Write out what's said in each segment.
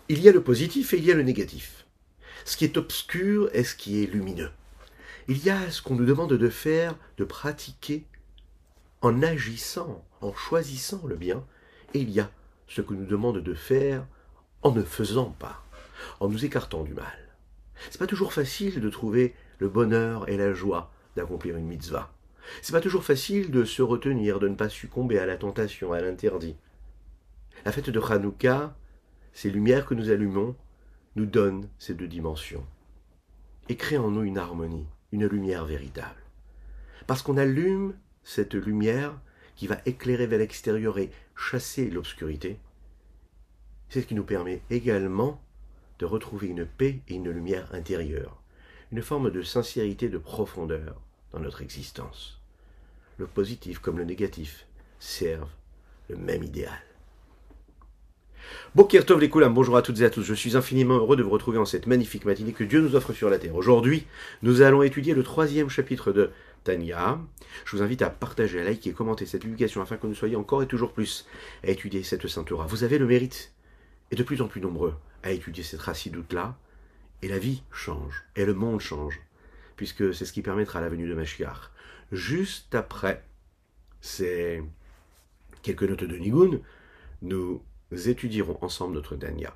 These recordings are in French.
Il y a le positif et il y a le négatif. Ce qui est obscur et ce qui est lumineux. Il y a ce qu'on nous demande de faire, de pratiquer en agissant, en choisissant le bien, et il y a ce que nous demande de faire en ne faisant pas, en nous écartant du mal. C'est pas toujours facile de trouver le bonheur et la joie d'accomplir une mitzvah. C'est pas toujours facile de se retenir, de ne pas succomber à la tentation, à l'interdit. La fête de Hanouka, ces lumières que nous allumons, nous donnent ces deux dimensions et créent en nous une harmonie, une lumière véritable. Parce qu'on allume cette lumière qui va éclairer vers l'extérieur et chasser l'obscurité, c'est ce qui nous permet également de retrouver une paix et une lumière intérieure, une forme de sincérité, de profondeur dans notre existence. Le positif comme le négatif servent le même idéal. Boker Tov les Koulam, bonjour à toutes et à tous, je suis infiniment heureux de vous retrouver en cette magnifique matinée que Dieu nous offre sur la terre. Aujourd'hui, nous allons étudier le 3e chapitre de Tanya. Je vous invite à partager, à liker et commenter cette publication afin que nous soyons encore et toujours plus à étudier cette Sainte Torah. Vous avez le mérite, et de plus en plus nombreux, à étudier cette Chassidoute-là, et la vie change, et le monde change, puisque c'est ce qui permettra la venue de Mashiach. Juste après ces quelques notes de Nigun, nous étudierons ensemble notre Tanya.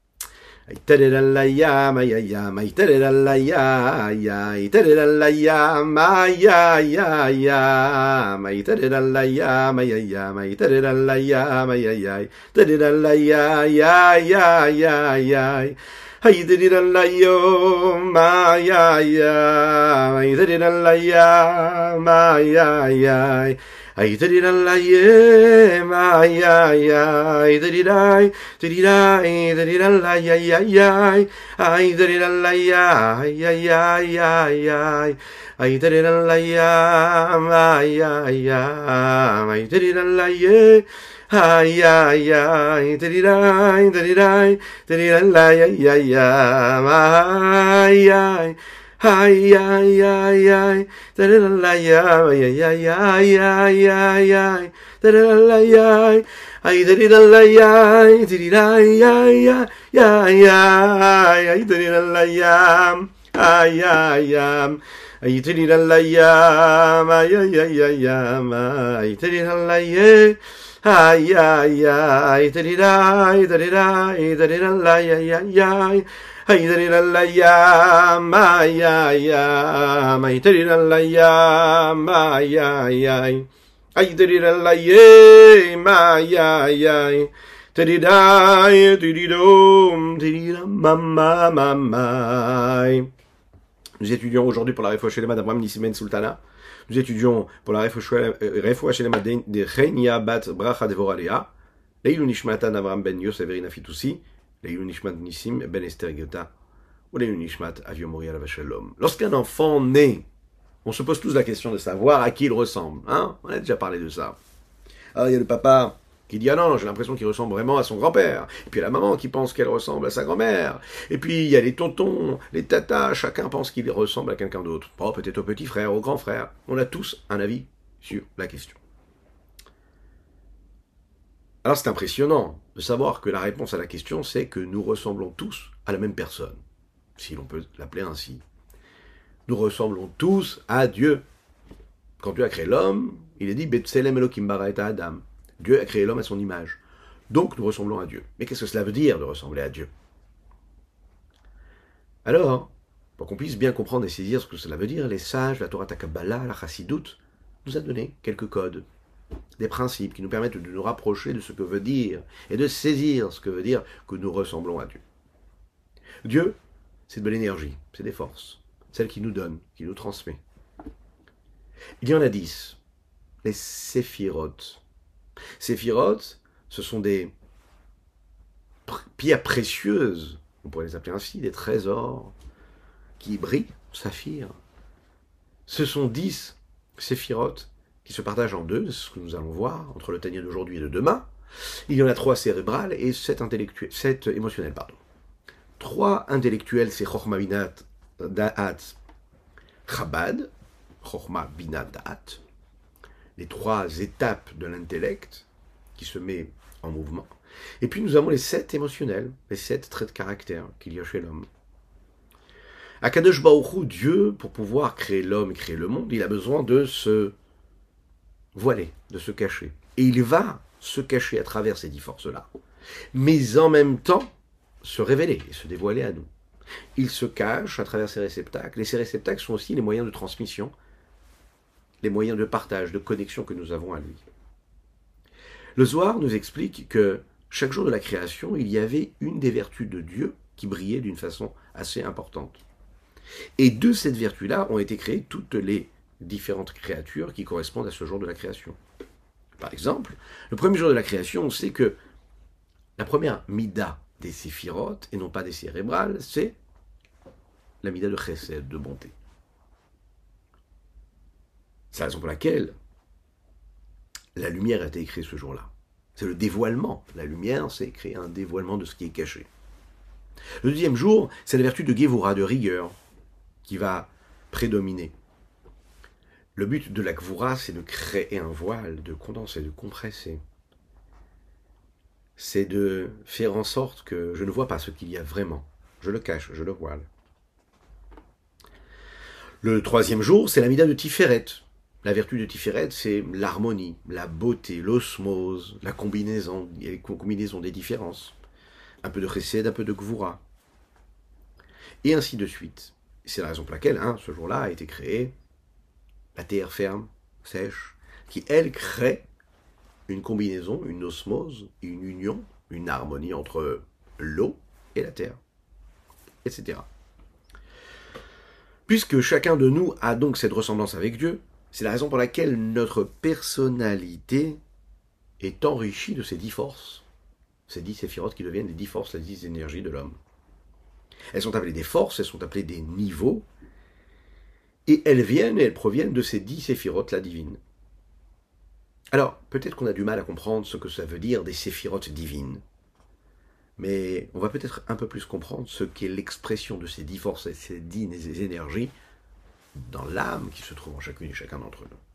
Ay tirirai ay ay ay tirirai tirirai tirirai ay ay ay ay tirirai ay ay ay ay ay ay tirirai ay ay ay tirirai ay ay ay tirirai tirirai tirirai ay ay ay ay ay ay ay ay tirirai ay ay ay ay ay ay tirirai ay ay tirirai ay tirirai ay ay ay ay tirirai ay ay ay tirirai ay ay ay ay tirirai ay ay ay tirirai tirirai tirirai ay ay ay ay tirirai ay ay ay tirirai ay ay ay ay tirirai ay ay ay tirirai tiridom tiridam mama mama. Nous étudions aujourd'hui pour la Refoua Shelema d'Abraham Nissimen Sultana. Nous étudions pour la Refoua Shelema de Chenia Bat Bracha Devora Lea, Leilu Nishmatan Abraham Ben Yosef Verina Fitoussi, Leilu Nishmat Nissim Ben Esther Geta, ou Leilu Nishmat Avio Mori Alav Shalom. Lorsqu'un enfant naît, on se pose tous la question de savoir à qui il ressemble. Hein? On a déjà parlé de ça. Alors il y a le papa qui dit « Ah non, j'ai l'impression qu'il ressemble vraiment à son grand-père. » Et puis il y a la maman qui pense qu'elle ressemble à sa grand-mère. Et puis il y a les tontons, les tatas, chacun pense qu'il ressemble à quelqu'un d'autre. Oh, peut-être au petit frère, au grand frère. On a tous un avis sur la question. Alors c'est impressionnant de savoir que la réponse à la question, c'est que nous ressemblons tous à la même personne, si l'on peut l'appeler ainsi. Nous ressemblons tous à Dieu. Quand Dieu a créé l'homme, il est dit « Betselem Elokim bara et Adam ». Dieu a créé l'homme à son image. Donc nous ressemblons à Dieu. Mais qu'est-ce que cela veut dire de ressembler à Dieu? Alors, pour qu'on puisse bien comprendre et saisir ce que cela veut dire, les sages, la Torah Kabbalah, la Chassidoute, nous a donné quelques codes, des principes qui nous permettent de nous rapprocher de ce que veut dire et de saisir ce que veut dire que nous ressemblons à Dieu. Dieu, c'est de l'énergie, c'est des forces, celle qui nous donne, qui nous transmet. Il y en a 10, les séphirotes. Séphirotes, ce sont des pierres précieuses, on pourrait les appeler ainsi, des trésors qui brillent, saphir. Ce sont 10 séphirotes qui se partagent en deux, c'est ce que nous allons voir entre le Tanya d'aujourd'hui et de demain. Il y en a 3 cérébrales et 7 émotionnelles. 3 intellectuels, c'est Chochma Binat Da'at Chabad, Chochma Binat Da'at, les 3 étapes de l'intellect qui se met en mouvement. Et puis nous avons les 7 émotionnels, les 7 traits de caractère qu'il y a chez l'homme. Akadosh Baruch Hu, Dieu, pour pouvoir créer l'homme et créer le monde, il a besoin de se voiler, de se cacher. Et il va se cacher à travers ces 10 forces-là, mais en même temps se révéler et se dévoiler à nous. Il se cache à travers ces réceptacles, et ces réceptacles sont aussi les moyens de transmission, les moyens de partage, de connexion que nous avons à lui. Le Zohar nous explique que chaque jour de la création, il y avait une des vertus de Dieu qui brillait d'une façon assez importante. Et de cette vertu-là ont été créées toutes les différentes créatures qui correspondent à ce jour de la création. Par exemple, le premier jour de la création, on sait que la première mida des séphirotes, et non pas des cérébrales, c'est la mida de chesed, de bonté. C'est la raison pour laquelle la lumière a été créée ce jour-là. C'est le dévoilement. La lumière, c'est créer un dévoilement de ce qui est caché. Le deuxième jour, c'est la vertu de Gevura, de rigueur, qui va prédominer. Le but de la Gevura, c'est de créer un voile, de condenser, de compresser. C'est de faire en sorte que je ne vois pas ce qu'il y a vraiment. Je le cache, je le voile. Le troisième jour, c'est la mida de Tiferet. La vertu de Tiferet, c'est l'harmonie, la beauté, l'osmose, la combinaison des différences. Un peu de chesed, un peu de gvura. Et ainsi de suite. C'est la raison pour laquelle, ce jour-là, a été créé la terre ferme, sèche, qui, elle, crée une combinaison, une osmose, une union, une harmonie entre l'eau et la terre, etc. Puisque chacun de nous a donc cette ressemblance avec Dieu, c'est la raison pour laquelle notre personnalité est enrichie de ces 10 forces, ces 10 séphirotes qui deviennent les 10 forces, les 10 énergies de l'homme. Elles sont appelées des forces, elles sont appelées des niveaux, et elles proviennent de ces 10 séphirotes, la divine. Alors, peut-être qu'on a du mal à comprendre ce que ça veut dire des séphirotes divines, mais on va peut-être un peu plus comprendre ce qu'est l'expression de ces 10 forces et ces 10 énergies dans l'âme qui se trouve en chacune et chacun d'entre nous.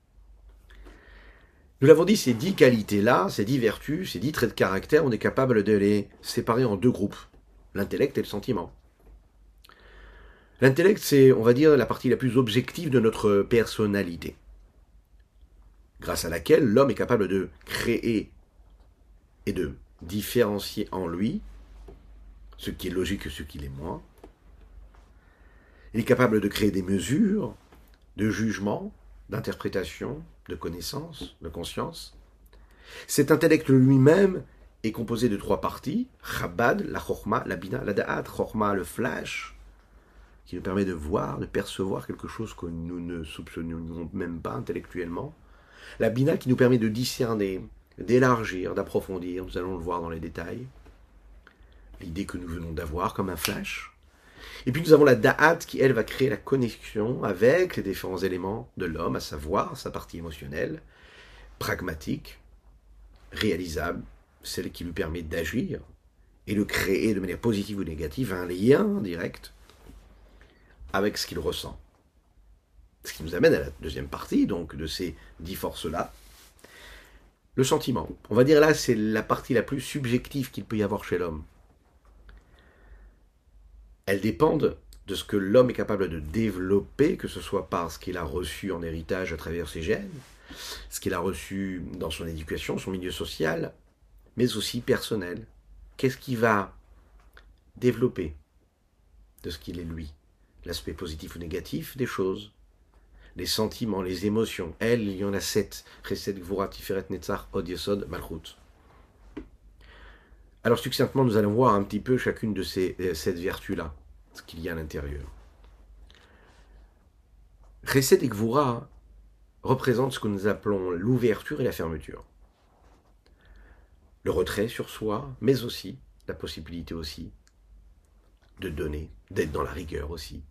Nous l'avons dit, ces 10 qualités-là, ces 10 vertus, ces 10 traits de caractère, on est capable de les séparer en 2 groupes, l'intellect et le sentiment. L'intellect, c'est, on va dire, la partie la plus objective de notre personnalité, grâce à laquelle l'homme est capable de créer et de différencier en lui ce qui est logique et ce qui l'est moins. Il est capable de créer des mesures, de jugement, d'interprétation, de connaissance, de conscience. Cet intellect lui-même est composé de 3 parties, Chabad, la Chorma, la Bina, la Da'at. Chorma, le flash, qui nous permet de voir, de percevoir quelque chose que nous ne soupçonnions même pas intellectuellement. La Bina qui nous permet de discerner, d'élargir, d'approfondir, nous allons le voir dans les détails. L'idée que nous venons d'avoir comme un flash. Et puis nous avons la Da'at qui, elle, va créer la connexion avec les différents éléments de l'homme, à savoir sa partie émotionnelle, pragmatique, réalisable, celle qui lui permet d'agir et de créer de manière positive ou négative un lien direct avec ce qu'il ressent. Ce qui nous amène à la deuxième partie, donc, de ces 10 forces-là, le sentiment. On va dire là, c'est la partie la plus subjective qu'il peut y avoir chez l'homme. Elles dépendent de ce que l'homme est capable de développer, que ce soit par ce qu'il a reçu en héritage à travers ses gènes, ce qu'il a reçu dans son éducation, son milieu social, mais aussi personnel. Qu'est-ce qu'il va développer de ce qu'il est lui? L'aspect positif ou négatif des choses, les sentiments, les émotions. Il y en a 7. Chesed, Gvura, Tiferet, Netzach, Od, Yesod, Malchut. Alors succinctement, nous allons voir un petit peu chacune de ces 7 vertus-là, ce qu'il y a à l'intérieur. Chesed et Gvura représentent ce que nous appelons l'ouverture et la fermeture. Le retrait sur soi, mais aussi la possibilité aussi de donner, d'être dans la rigueur aussi.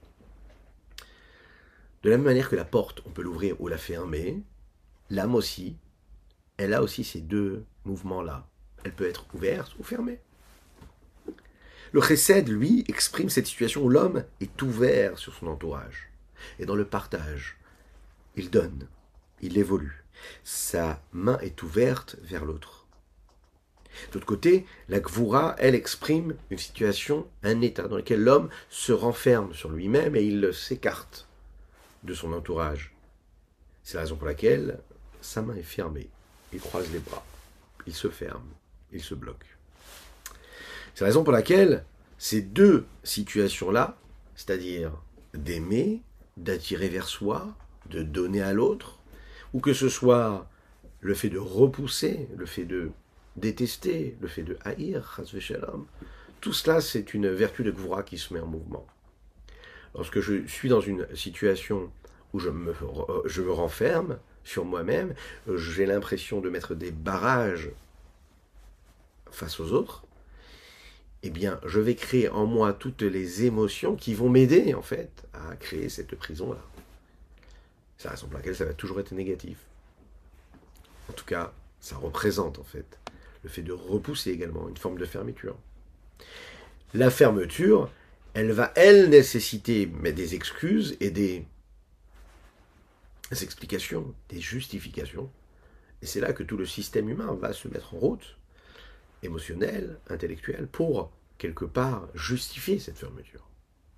De la même manière que la porte, on peut l'ouvrir ou la fermer, l'âme aussi, elle a aussi ces 2 mouvements-là. Elle peut être ouverte ou fermée. Le chesed, lui, exprime cette situation où l'homme est ouvert sur son entourage. Et dans le partage, il donne, il évolue. Sa main est ouverte vers l'autre. D'autre côté, la Gvura, elle exprime une situation, un état dans lequel l'homme se renferme sur lui-même et il s'écarte de son entourage. C'est la raison pour laquelle sa main est fermée, il croise les bras, il se ferme, il se bloque. C'est la raison pour laquelle ces deux situations-là, c'est-à-dire d'aimer, d'attirer vers soi, de donner à l'autre, ou que ce soit le fait de repousser, le fait de détester, le fait de haïr, chas v'shalom, tout cela c'est une vertu de Gvura qui se met en mouvement. Lorsque je suis dans une situation où je me renferme sur moi-même, j'ai l'impression de mettre des barrages face aux autres, eh bien, je vais créer en moi toutes les émotions qui vont m'aider, en fait, à créer cette prison-là. C'est la raison pour laquelle ça va toujours être négatif. En tout cas, ça représente, en fait, le fait de repousser également une forme de fermeture. La fermeture, elle va, elle, nécessiter des excuses et des explications, des justifications. Et c'est là que tout le système humain va se mettre en route, émotionnel, intellectuel, pour, quelque part, justifier cette fermeture.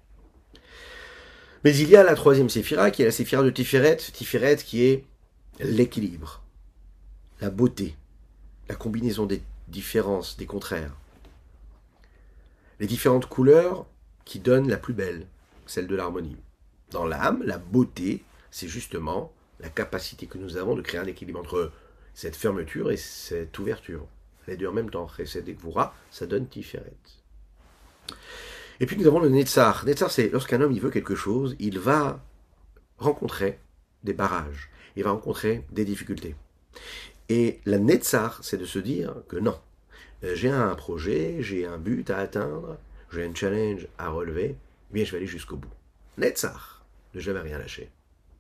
Mais il y a la troisième séphira, qui est la séphira de Tiferet, Tiferet qui est l'équilibre, la beauté, la combinaison des différences, des contraires. Les différentes couleurs qui donnent la plus belle, celle de l'harmonie. Dans l'âme, la beauté, c'est justement la capacité que nous avons de créer un équilibre entre cette fermeture et cette ouverture. Les deux en même temps, Chesed et Gvura, ça donne Tiferet. Et puis nous avons le Netzar. Netzar, c'est lorsqu'un homme il veut quelque chose, il va rencontrer des barrages, il va rencontrer des difficultés. Et la Netzar, c'est de se dire que non, j'ai un projet, j'ai un but à atteindre, j'ai un challenge à relever, eh bien je vais aller jusqu'au bout. Netzar, ne jamais rien lâcher.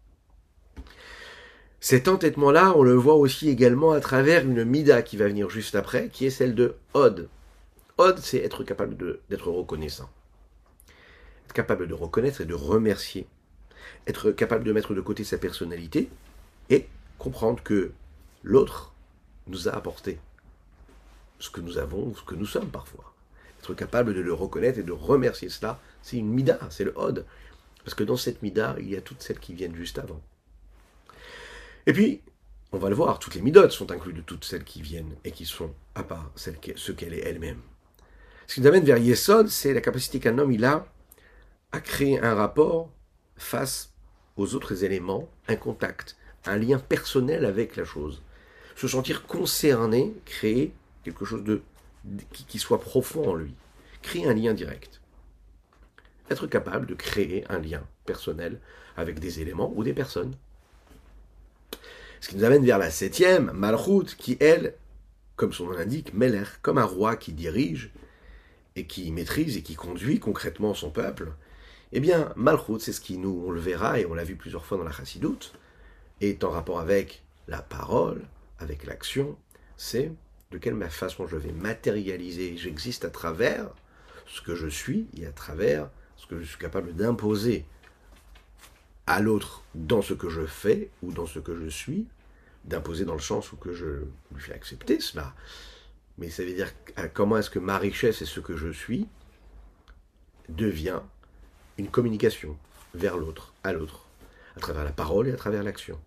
Cet entêtement-là, on le voit aussi également à travers une mida qui va venir juste après, qui est celle de Od. Od, c'est être capable d'être reconnaissant. Être capable de reconnaître et de remercier. Être capable de mettre de côté sa personnalité et comprendre que l'autre nous a apporté ce que nous avons, ce que nous sommes parfois. Être capable de le reconnaître et de remercier cela, c'est une mida, c'est le Od. Parce que dans cette mida, il y a toutes celles qui viennent juste avant. Et puis, on va le voir, toutes les midotes sont incluses de toutes celles qui viennent et qui sont à part ce qu'elle est elle-même. Ce qui nous amène vers Yesod, c'est la capacité qu'un homme il a à créer un rapport face aux autres éléments, un contact, un lien personnel avec la chose. Se sentir concerné, créer quelque chose qui soit profond en lui. Créer un lien direct. Être capable de créer un lien personnel avec des éléments ou des personnes. Ce qui nous amène vers la septième, Malchut, qui elle, comme son nom l'indique, Meler, comme un roi qui dirige et qui maîtrise et qui conduit concrètement son peuple. Eh bien, Malchut, c'est ce qui nous, on le verra et on l'a vu plusieurs fois dans la Chassidoute, est en rapport avec la parole, avec l'action, c'est de quelle façon je vais matérialiser, j'existe à travers ce que je suis et à travers ce que je suis capable d'imposer à l'autre dans ce que je fais ou dans ce que je suis, d'imposer dans le sens où que je lui fais accepter cela. Mais ça veut dire comment est-ce que ma richesse et ce que je suis devient une communication vers l'autre, à travers la parole et à travers l'action.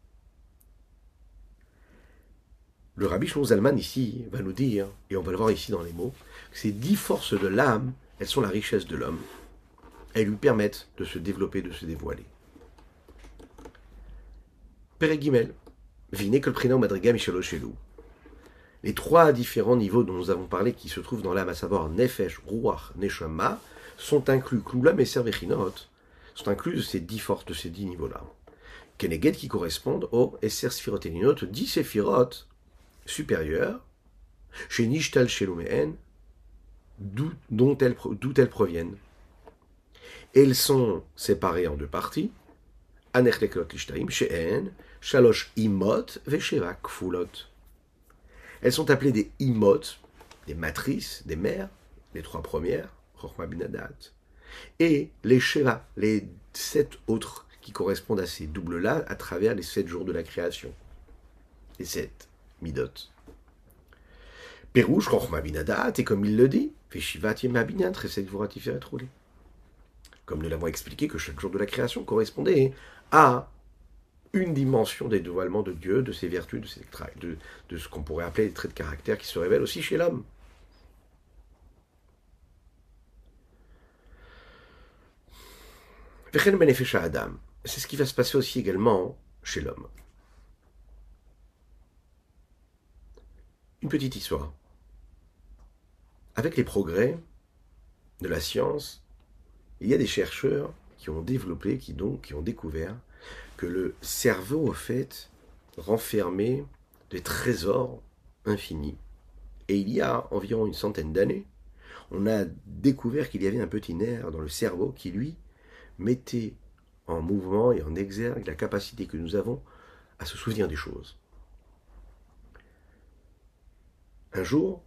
Le Rabbi Shlomo Zalman ici va nous dire, et on va le voir ici dans les mots, que ces 10 forces de l'âme, elles sont la richesse de l'homme. Elles lui permettent de se développer, de se dévoiler. Perek Gimel, Vine Kol Prina Madriga Mishalosh Elu. Les 3 différents niveaux dont nous avons parlé qui se trouvent dans l'âme, à savoir Nefesh, Ruach, Neshama, sont inclus, Klulam et Servechinot, sont inclus de ces 10 forces, de ces 10 niveaux-là. Keneged qui correspondent aux Esser Sfirot Elinot, 10 Séphirot supérieures, chez Nishtal Shelumehen, d'où elles proviennent. Elles sont séparées en 2 parties, Anechlekot Lishtaim, Shehen, Shalosh Imot, Vesheva Kfulot. Elles sont appelées des imot, des matrices, des mères, les 3 premières, Chochma Binadat, et les Sheva, les 7 autres qui correspondent à ces doubles-là à travers les 7 jours de la création. Les 7 midot. Pérouche, Rochma Binadat, et comme il le dit, Feshivat Yema Binyan, Chesed Gvura Tiferet Roulé. Comme nous l'avons expliqué, que chaque jour de la création correspondait à une dimension des dévoilements de Dieu, de ses vertus, de ce qu'on pourrait appeler les traits de caractère qui se révèlent aussi chez l'homme. Vechen Benefesh Adam, c'est ce qui va se passer aussi également chez l'homme. Une petite histoire. Avec les progrès de la science, il y a des chercheurs qui ont développé, qui ont découvert que le cerveau, au fait, renfermait des trésors infinis. Et il y a environ une centaine d'années, on a découvert qu'il y avait un petit nerf dans le cerveau qui, lui, mettait en mouvement et en exergue la capacité que nous avons à se souvenir des choses. Un jour,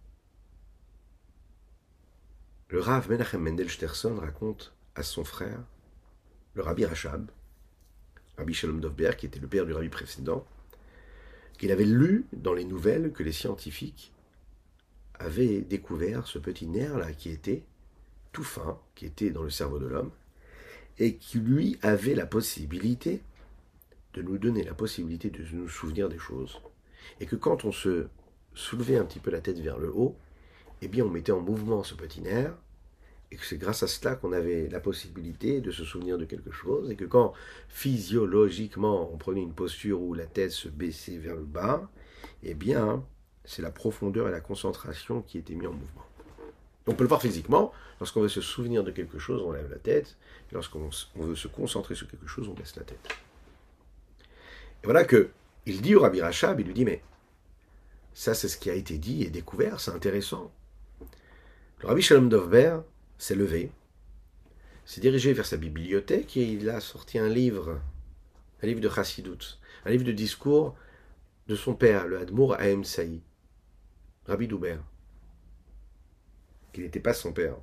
le Rav Menachem Mendel Shterson raconte à son frère, le Rabbi Rachab, Rabbi Shalom Dovber, qui était le père du Rabbi précédent, qu'il avait lu dans les nouvelles que les scientifiques avaient découvert ce petit nerf-là qui était tout fin, qui était dans le cerveau de l'homme, et qui lui avait la possibilité de nous donner la possibilité de nous souvenir des choses. Et que quand on se soulevait un petit peu la tête vers le haut, eh bien on mettait en mouvement ce petit nerf, et que c'est grâce à cela qu'on avait la possibilité de se souvenir de quelque chose, et que quand physiologiquement on prenait une posture où la tête se baissait vers le bas, eh bien c'est la profondeur et la concentration qui étaient mis en mouvement. On peut le voir physiquement, lorsqu'on veut se souvenir de quelque chose, on lève la tête, et lorsqu'on veut se concentrer sur quelque chose, on baisse la tête. Et voilà que il dit au Rabbi Rachab, il lui dit, mais ça c'est ce qui a été dit et découvert, c'est intéressant. Le Rabbi Shalom Dovber s'est levé, s'est dirigé vers sa bibliothèque et il a sorti un livre de Chassidut, un livre de discours de son père, le Admour Haem Saï, Rabbi Douber, qui n'était pas son père,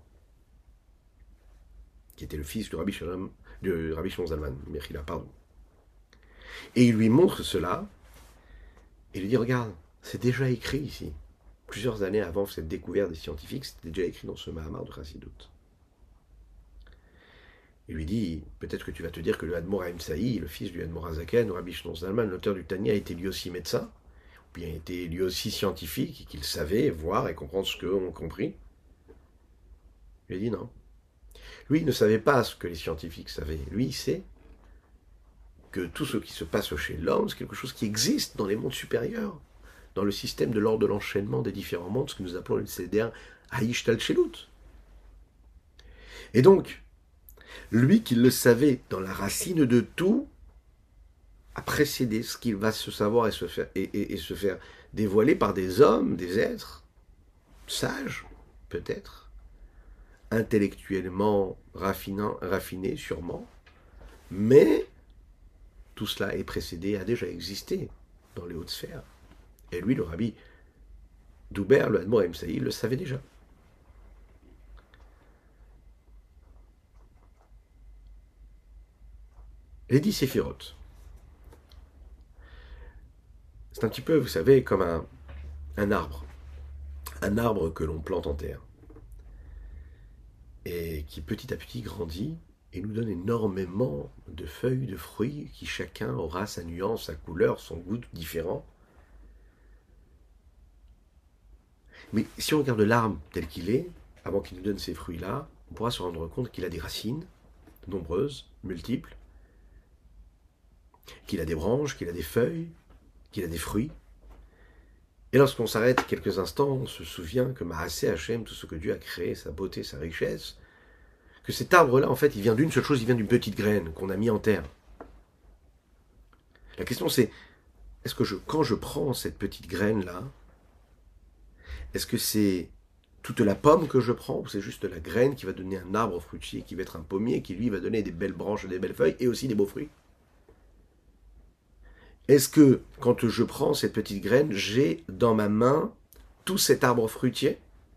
qui était le fils du Rabbi Shalom Zalman, Mechila, pardon. Et il lui montre cela, et il lui dit, regarde, c'est déjà écrit ici. Plusieurs années avant cette découverte des scientifiques, c'était déjà écrit dans ce Mahamar de Chassidut. Il lui dit, peut-être que tu vas te dire que le Admor Haem Saï, le fils du Admor Hazaken, ou Rabbi Shneur Zalman, l'auteur du Tanya, était lui aussi médecin, ou bien était lui aussi scientifique, et qu'il savait voir et comprendre ce qu'eux ont compris. Il lui dit non. Lui, il ne savait pas ce que les scientifiques savaient. Lui, il sait que tout ce qui se passe chez l'homme, c'est quelque chose qui existe dans les mondes supérieurs, dans le système de l'ordre de l'enchaînement des différents mondes, ce que nous appelons le Seder Haïsh Talchelut. Et donc, lui qui le savait dans la racine de tout, a précédé ce qu'il va se savoir et se faire dévoiler par des hommes, des êtres, sages, peut-être, intellectuellement raffinés, sûrement, mais tout cela est précédé, a déjà existé dans les hautes sphères. Et lui, le Rabbi Douber, le Admor Haem Saï, le savait déjà. Les 10 séphirotes. C'est un petit peu, vous savez, comme un arbre. Un arbre que l'on plante en terre. Et qui petit à petit grandit et nous donne énormément de feuilles, de fruits, qui chacun aura sa nuance, sa couleur, son goût différent. Mais si on regarde l'arbre tel qu'il est, avant qu'il nous donne ces fruits-là, on pourra se rendre compte qu'il a des racines, nombreuses, multiples, qu'il a des branches, qu'il a des feuilles, qu'il a des fruits. Et lorsqu'on s'arrête quelques instants, on se souvient que Maaseh Hachem, tout ce que Dieu a créé, sa beauté, sa richesse, que cet arbre-là, en fait, il vient d'une seule chose, il vient d'une petite graine qu'on a mis en terre. La question c'est, est-ce que quand je prends cette petite graine-là, est-ce que c'est toute la pomme que je prends, ou c'est juste la graine qui va donner un arbre fruitier, qui va être un pommier, qui lui va donner des belles branches, des belles feuilles, et aussi des beaux fruits? Est-ce que, quand je prends cette petite graine, j'ai dans ma main tout cet arbre fruitier?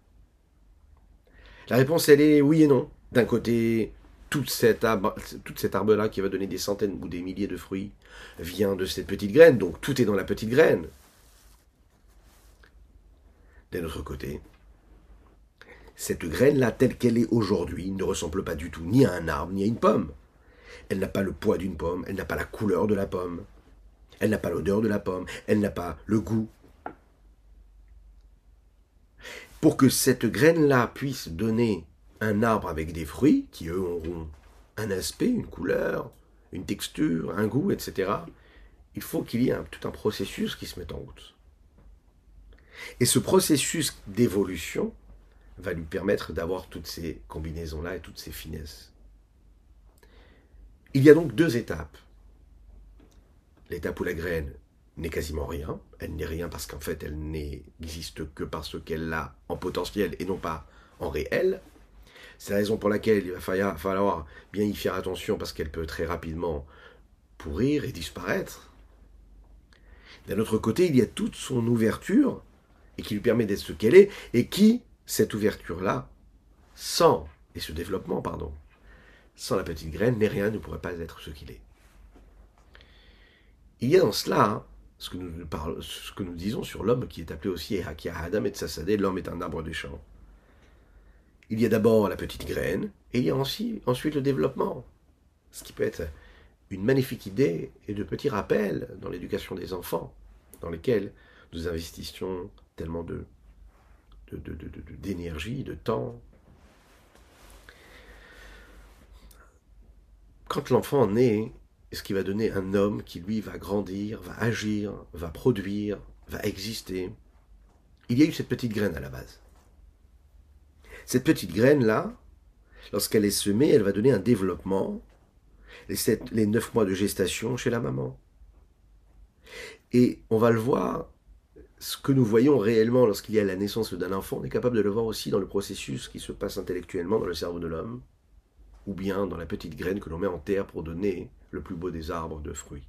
La réponse, elle est oui et non. D'un côté, tout cet arbre-là qui va donner des centaines ou des milliers de fruits vient de cette petite graine, donc tout est dans la petite graine. D'un autre côté, cette graine-là, telle qu'elle est aujourd'hui, ne ressemble pas du tout ni à un arbre, ni à une pomme. Elle n'a pas le poids d'une pomme, elle n'a pas la couleur de la pomme, elle n'a pas l'odeur de la pomme, elle n'a pas le goût. Pour que cette graine-là puisse donner un arbre avec des fruits, qui eux auront un aspect, une couleur, une texture, un goût, etc., il faut qu'il y ait tout un processus qui se mette en route. Et ce processus d'évolution va lui permettre d'avoir toutes ces combinaisons-là et toutes ces finesses. Il y a donc deux étapes. L'étape où la graine n'est quasiment rien. Elle n'est rien parce qu'en fait, elle n'existe que parce qu'elle l'a en potentiel et non pas en réel. C'est la raison pour laquelle il va falloir bien y faire attention parce qu'elle peut très rapidement pourrir et disparaître. D'un autre côté, il y a toute son ouverture et qui lui permet d'être ce qu'elle est et qui, cette ouverture-là, sans ce développement, sans la petite graine, n'est rien, ne pourrait pas être ce qu'il est. Il y a dans cela ce que nous disons sur l'homme qui est appelé aussi Hakia Adam et Tsasadeh, l'homme est un arbre des champs. Il y a d'abord la petite graine et il y a ensuite le développement. Ce qui peut être une magnifique idée et de petits rappels dans l'éducation des enfants, dans lesquels nous investissions tellement d'énergie, de temps. Quand l'enfant naît, ce qui va donner un homme qui, lui, va grandir, va agir, va produire, va exister, il y a eu cette petite graine à la base. Cette petite graine-là, lorsqu'elle est semée, elle va donner un développement, les 9 mois de gestation chez la maman. Et on va le voir, ce que nous voyons réellement lorsqu'il y a la naissance d'un enfant, on est capable de le voir aussi dans le processus qui se passe intellectuellement dans le cerveau de l'homme, ou bien dans la petite graine que l'on met en terre pour donner le plus beau des arbres de fruits.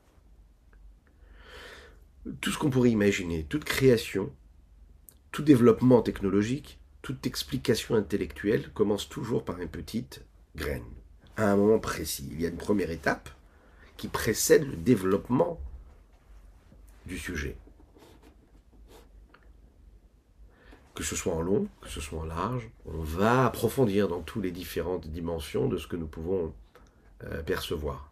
Tout ce qu'on pourrait imaginer, toute création, tout développement technologique, toute explication intellectuelle commence toujours par une petite graine. À un moment précis, il y a une première étape qui précède le développement du sujet. Que ce soit en long, que ce soit en large, on va approfondir dans toutes les différentes dimensions de ce que nous pouvons percevoir.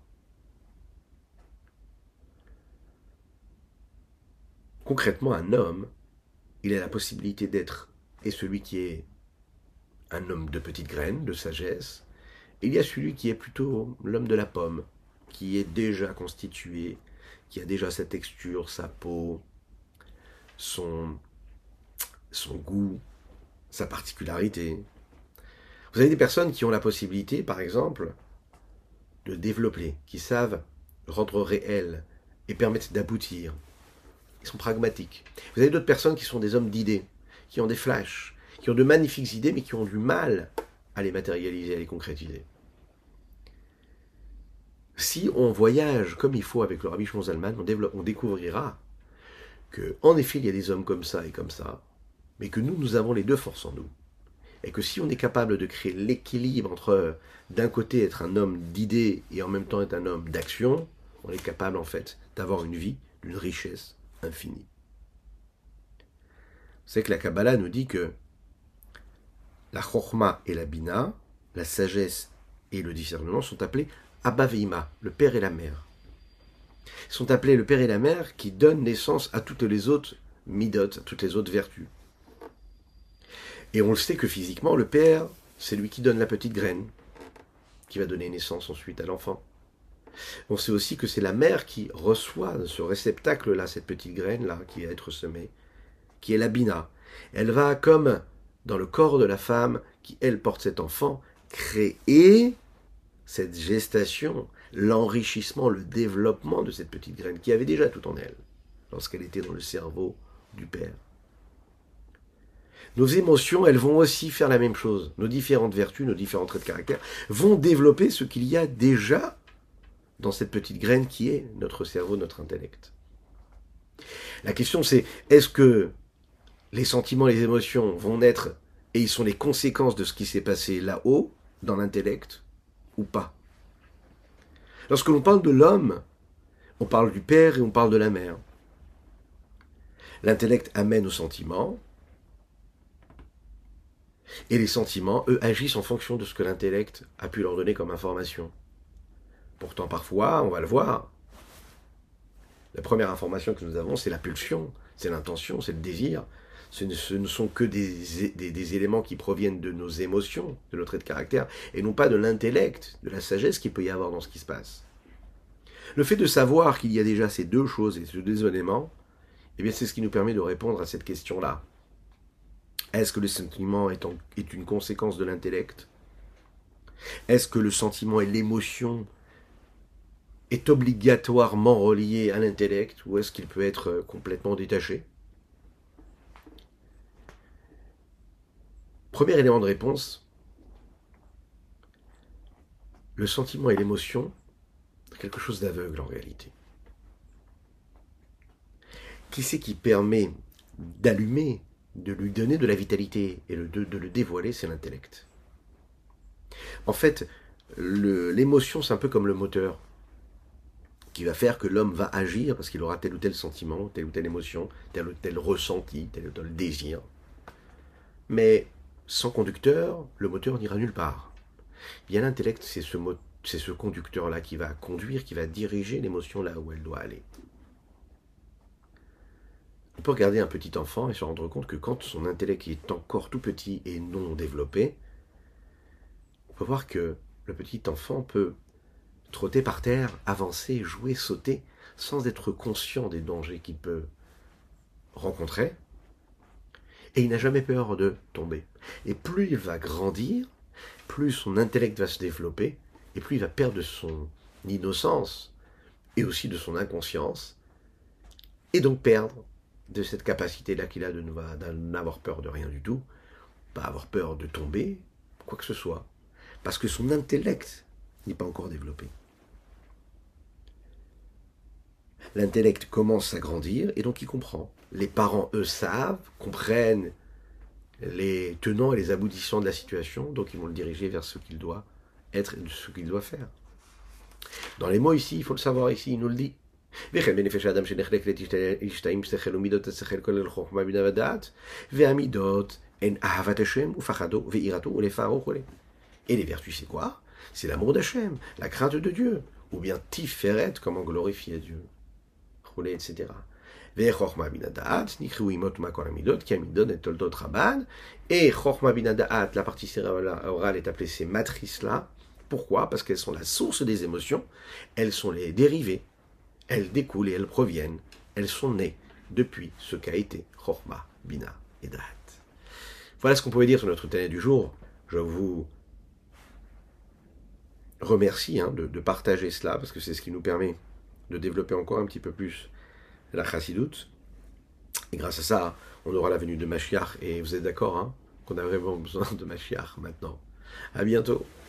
Concrètement, un homme, il a la possibilité d'être, et celui qui est un homme de petite graine, de sagesse, et il y a celui qui est plutôt l'homme de la pomme, qui est déjà constitué, qui a déjà sa texture, sa peau, son goût, sa particularité. Vous avez des personnes qui ont la possibilité, par exemple, de développer, qui savent rendre réel et permettent d'aboutir. Ils sont pragmatiques. Vous avez d'autres personnes qui sont des hommes d'idées, qui ont des flashs, qui ont de magnifiques idées, mais qui ont du mal à les matérialiser, à les concrétiser. Si on voyage comme il faut avec le Rabbi Shimon Zalman, on découvrira que, en effet, il y a des hommes comme ça et comme ça, mais que nous avons les deux forces en nous. Et que si on est capable de créer l'équilibre entre, d'un côté, être un homme d'idées et en même temps être un homme d'action, on est capable, en fait, d'avoir une vie d'une richesse infinie. C'est que la Kabbalah nous dit que la Chokhma et la Bina, la sagesse et le discernement sont appelés Abba ve'Ima, le père et la mère. Ils sont appelés le père et la mère qui donnent naissance à toutes les autres midot, à toutes les autres vertus. Et on le sait que physiquement, le père, c'est lui qui donne la petite graine, qui va donner naissance ensuite à l'enfant. On sait aussi que c'est la mère qui reçoit ce réceptacle-là, cette petite graine-là, qui va être semée, qui est la bina. Elle va, comme dans le corps de la femme, qui, elle, porte cet enfant, créer cette gestation, l'enrichissement, le développement de cette petite graine, qui avait déjà tout en elle, lorsqu'elle était dans le cerveau du père. Nos émotions, elles vont aussi faire la même chose. Nos différentes vertus, nos différents traits de caractère vont développer ce qu'il y a déjà dans cette petite graine qui est notre cerveau, notre intellect. La question c'est, est-ce que les sentiments, les émotions vont naître et ils sont les conséquences de ce qui s'est passé là-haut, dans l'intellect, ou pas? Lorsque l'on parle de l'homme, on parle du père et on parle de la mère. L'intellect amène aux sentiments, Et les sentiments, eux, agissent en fonction de ce que l'intellect a pu leur donner comme information. Pourtant, parfois, on va le voir, la première information que nous avons, c'est la pulsion, c'est l'intention, c'est le désir. Ce ne sont que des éléments qui proviennent de nos émotions, de notre trait de caractère, et non pas de l'intellect, de la sagesse qu'il peut y avoir dans ce qui se passe. Le fait de savoir qu'il y a déjà ces deux choses et ces deux éléments, eh bien c'est ce qui nous permet de répondre à cette question-là. Est-ce que le sentiment est une conséquence de l'intellect? Est-ce que le sentiment et l'émotion est obligatoirement relié à l'intellect ou est-ce qu'il peut être complètement détaché? Premier élément de réponse, le sentiment et l'émotion, c'est quelque chose d'aveugle en réalité. Qui c'est qui permet d'allumer, de lui donner de la vitalité et de le dévoiler? C'est l'intellect. En fait, l'émotion, c'est un peu comme le moteur qui va faire que l'homme va agir parce qu'il aura tel ou tel sentiment, telle ou telle émotion, tel ou tel ressenti, tel ou tel désir. Mais sans conducteur, le moteur n'ira nulle part. Bien l'intellect, c'est ce conducteur-là qui va conduire, qui va diriger l'émotion là où elle doit aller. On peut regarder un petit enfant et se rendre compte que quand son intellect est encore tout petit et non développé, on peut voir que le petit enfant peut trotter par terre, avancer, jouer, sauter, sans être conscient des dangers qu'il peut rencontrer. Et il n'a jamais peur de tomber. Et plus il va grandir, plus son intellect va se développer, et plus il va perdre de son innocence, et aussi de son inconscience, et donc perdre de cette capacité-là qu'il a de n'avoir peur de rien du tout, pas avoir peur de tomber, quoi que ce soit, parce que son intellect n'est pas encore développé. L'intellect commence à grandir, et donc il comprend. Les parents, eux, savent, comprennent les tenants et les aboutissants de la situation, donc ils vont le diriger vers ce qu'il doit être et ce qu'il doit faire. Dans les mots ici, il faut le savoir ici, il nous le dit. Et les vertus, c'est quoi? C'est l'amour d'Hachem, la crainte de Dieu, ou bien tiferet, comment glorifier Dieu, etc. Et Chochma Binadaat, la partie cérébrale est appelée ces matrices-là. Pourquoi? Parce qu'elles sont la source des émotions, elles sont les dérivées, elles découlent et elles proviennent, elles sont nées depuis ce qu'a été Chochma, Bina et Da'at. Voilà ce qu'on pouvait dire sur notre Tanya du jour. Je vous remercie de partager cela, parce que c'est ce qui nous permet de développer encore un petit peu plus la chassidoute. Et grâce à ça, on aura la venue de Mashiach. Et vous êtes d'accord qu'on a vraiment besoin de Mashiach maintenant. À bientôt.